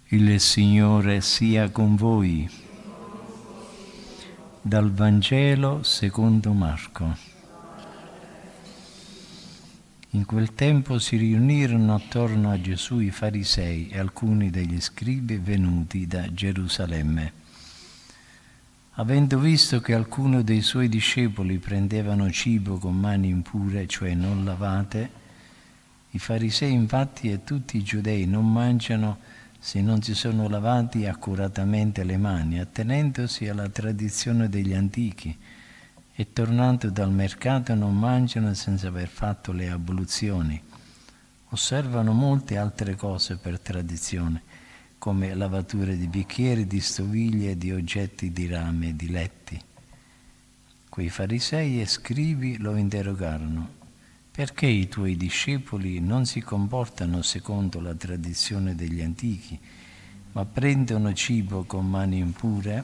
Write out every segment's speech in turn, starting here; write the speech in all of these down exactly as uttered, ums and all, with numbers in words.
Il Signore sia con voi. Dal Vangelo secondo Marco. In quel tempo si riunirono attorno a Gesù i farisei e alcuni degli scribi venuti da Gerusalemme. Avendo visto che alcuni dei suoi discepoli prendevano cibo con mani impure, cioè non lavate, i farisei infatti e tutti i giudei non mangiano se non si sono lavati accuratamente le mani, attenendosi alla tradizione degli antichi, e tornando dal mercato non mangiano senza aver fatto le abluzioni. Osservano molte altre cose per tradizione, come lavature di bicchieri, di stoviglie e di oggetti di rame e di letti. Quei farisei e scribi lo interrogarono: perché i tuoi discepoli non si comportano secondo la tradizione degli antichi, ma prendono cibo con mani impure?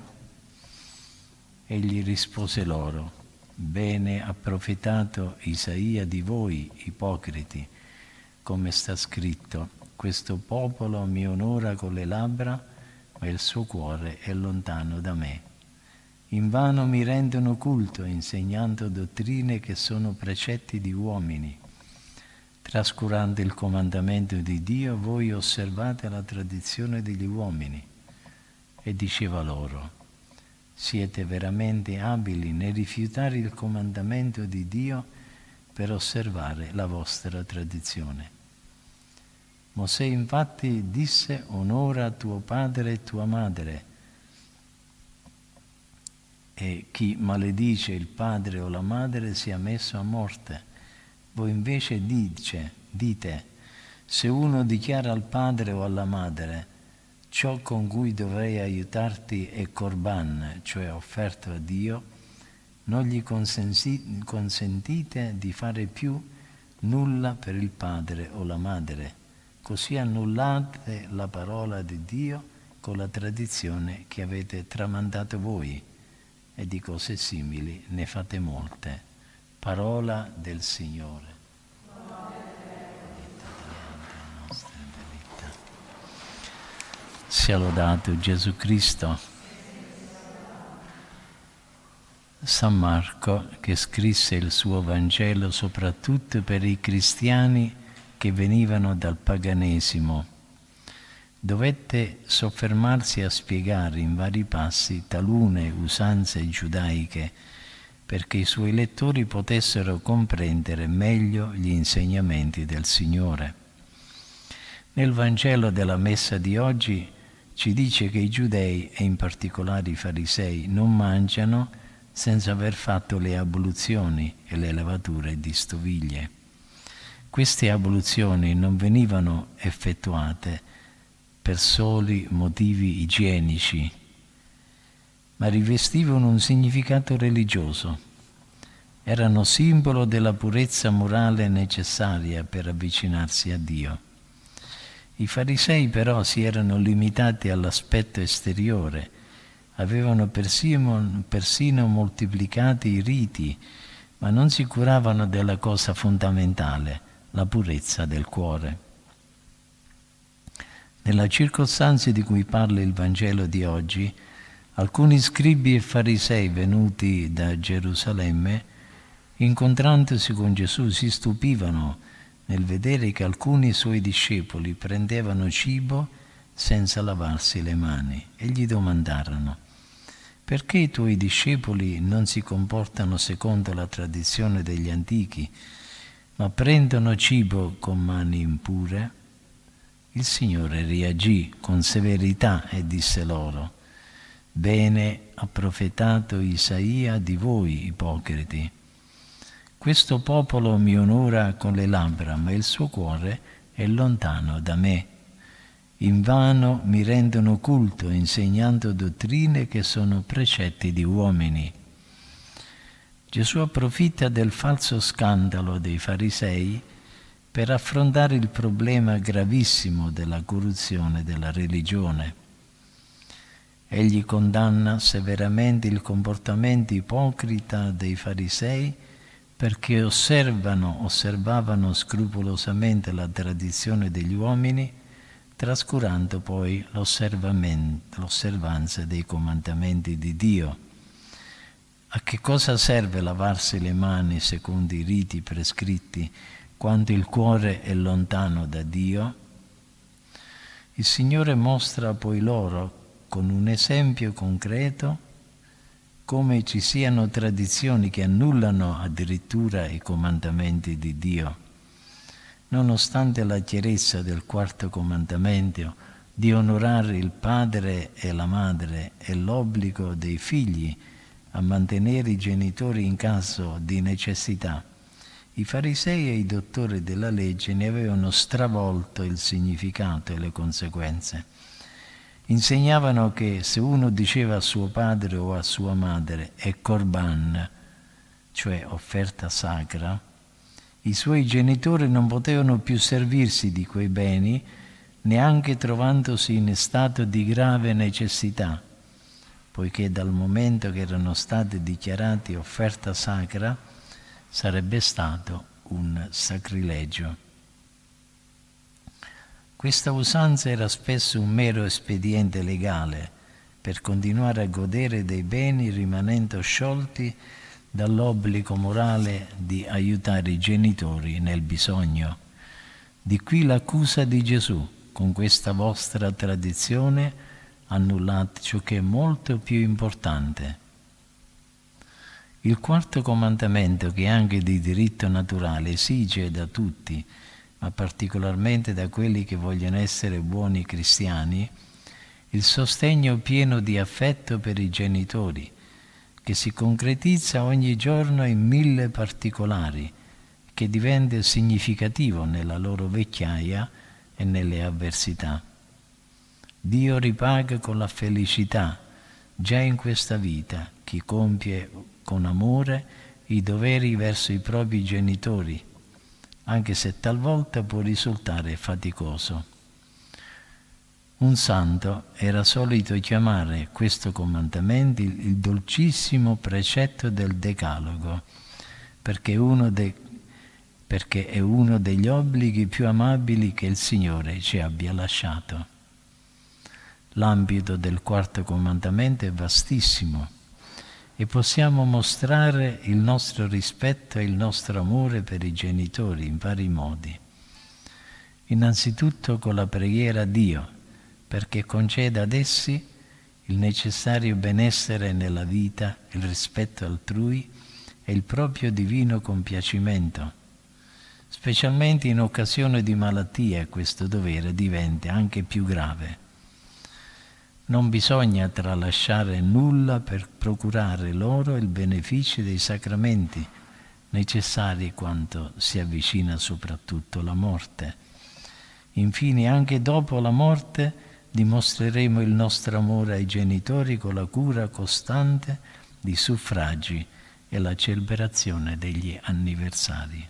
Egli rispose loro: bene ha profetato Isaia di voi, ipocriti, come sta scritto: questo popolo mi onora con le labbra, ma il suo cuore è lontano da me. Invano mi rendono culto insegnando dottrine che sono precetti di uomini. Trascurando il comandamento di Dio, voi osservate la tradizione degli uomini. E diceva loro: siete veramente abili nel rifiutare il comandamento di Dio per osservare la vostra tradizione. Mosè infatti disse: onora tuo padre e tua madre, e chi maledice il padre o la madre sia messo a morte. Voi invece dice, dite: se uno dichiara al padre o alla madre: ciò con cui dovrei aiutarti è Corban, cioè offerto a Dio, non gli consentite di fare più nulla per il padre o la madre, così annullate la parola di Dio con la tradizione che avete tramandato voi. E di cose simili ne fate molte. Parola del Signore. Sia lodato Gesù Cristo. San Marco, che scrisse il suo Vangelo soprattutto per i cristiani che venivano dal paganesimo, dovette soffermarsi a spiegare in vari passi talune usanze giudaiche perché i suoi lettori potessero comprendere meglio gli insegnamenti del Signore. Nel Vangelo della Messa di oggi ci dice che i giudei, e in particolare i farisei, non mangiano senza aver fatto le abluzioni e le lavature di stoviglie. Queste abluzioni non venivano effettuate per soli motivi igienici, ma rivestivano un significato religioso. Erano simbolo della purezza morale necessaria per avvicinarsi a Dio. I farisei però si erano limitati all'aspetto esteriore, avevano persino, persino moltiplicati i riti, ma non si curavano della cosa fondamentale, la purezza del cuore. Nella circostanza di cui parla il Vangelo di oggi, alcuni scribi e farisei venuti da Gerusalemme, incontrandosi con Gesù, si stupivano nel vedere che alcuni suoi discepoli prendevano cibo senza lavarsi le mani e gli domandarono: perché i tuoi discepoli non si comportano secondo la tradizione degli antichi, ma prendono cibo con mani impure? Il Signore reagì con severità e disse loro: bene ha profetato Isaia di voi, ipocriti. Questo popolo mi onora con le labbra, ma il suo cuore è lontano da me. Invano mi rendono culto insegnando dottrine che sono precetti di uomini. Gesù approfitta del falso scandalo dei farisei per affrontare il problema gravissimo della corruzione della religione. Egli condanna severamente il comportamento ipocrita dei farisei perché osservano, osservavano scrupolosamente la tradizione degli uomini, trascurando poi l'osservanza dei comandamenti di Dio. A che cosa serve lavarsi le mani secondo i riti prescritti quando il cuore è lontano da Dio? Il Signore mostra poi loro, con un esempio concreto, come ci siano tradizioni che annullano addirittura i comandamenti di Dio. Nonostante la chiarezza del quarto comandamento di onorare il padre e la madre e l'obbligo dei figli a mantenere i genitori in caso di necessità, i farisei e i dottori della legge ne avevano stravolto il significato e le conseguenze. Insegnavano che se uno diceva a suo padre o a sua madre è korban, cioè offerta sacra, i suoi genitori non potevano più servirsi di quei beni neanche trovandosi in stato di grave necessità, poiché dal momento che erano stati dichiarati offerta sacra sarebbe stato un sacrilegio. Questa usanza era spesso un mero espediente legale per continuare a godere dei beni rimanendo sciolti dall'obbligo morale di aiutare i genitori nel bisogno. Di qui l'accusa di Gesù: con questa vostra tradizione annullate ciò che è molto più importante. Il quarto comandamento, che anche di diritto naturale esige da tutti, ma particolarmente da quelli che vogliono essere buoni cristiani, il sostegno pieno di affetto per i genitori, che si concretizza ogni giorno in mille particolari, che diventa significativo nella loro vecchiaia e nelle avversità. Dio ripaga con la felicità, già in questa vita, chi compie con amore i doveri verso i propri genitori, anche se talvolta può risultare faticoso. Un santo era solito chiamare questo comandamento il dolcissimo precetto del Decalogo, perché, uno de, perché è uno degli obblighi più amabili che il Signore ci abbia lasciato. L'ambito del quarto comandamento è vastissimo e possiamo mostrare il nostro rispetto e il nostro amore per i genitori in vari modi. Innanzitutto con la preghiera a Dio, perché conceda ad essi il necessario benessere nella vita, il rispetto altrui e il proprio divino compiacimento. Specialmente in occasione di malattia questo dovere diventa anche più grave. Non bisogna tralasciare nulla per procurare loro il beneficio dei sacramenti necessari quando si avvicina soprattutto la morte. Infine, anche dopo la morte dimostreremo il nostro amore ai genitori con la cura costante di suffragi e la celebrazione degli anniversari.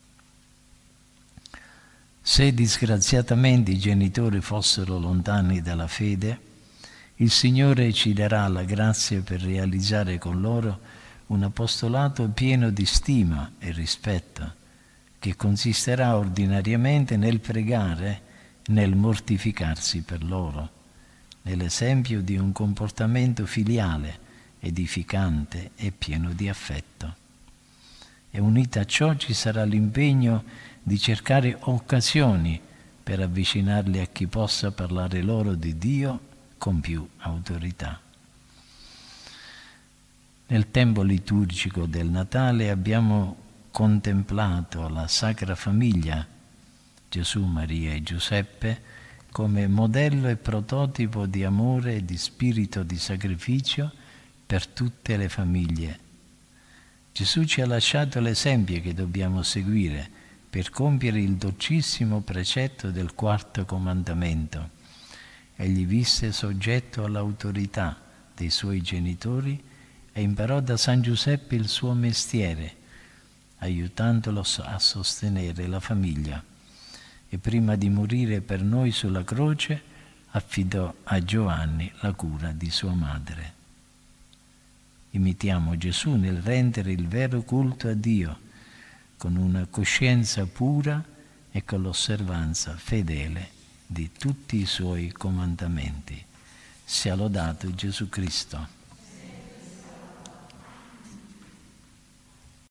Se disgraziatamente i genitori fossero lontani dalla fede, il Signore ci darà la grazia per realizzare con loro un apostolato pieno di stima e rispetto, che consisterà ordinariamente nel pregare, nel mortificarsi per loro, nell'esempio di un comportamento filiale, edificante e pieno di affetto. E unita a ciò ci sarà l'impegno di cercare occasioni per avvicinarli a chi possa parlare loro di Dio con più autorità. Nel tempo liturgico del Natale abbiamo contemplato la Sacra Famiglia, Gesù, Maria e Giuseppe, come modello e prototipo di amore e di spirito di sacrificio per tutte le famiglie. Gesù ci ha lasciato l'esempio che dobbiamo seguire per compiere il dolcissimo precetto del quarto comandamento. Egli visse soggetto all'autorità dei suoi genitori e imparò da San Giuseppe il suo mestiere, aiutandolo a sostenere la famiglia. E prima di morire per noi sulla croce affidò a Giovanni la cura di sua madre. Imitiamo Gesù nel rendere il vero culto a Dio con una coscienza pura e con l'osservanza fedele di tutti i suoi comandamenti. Sia lodato Gesù Cristo.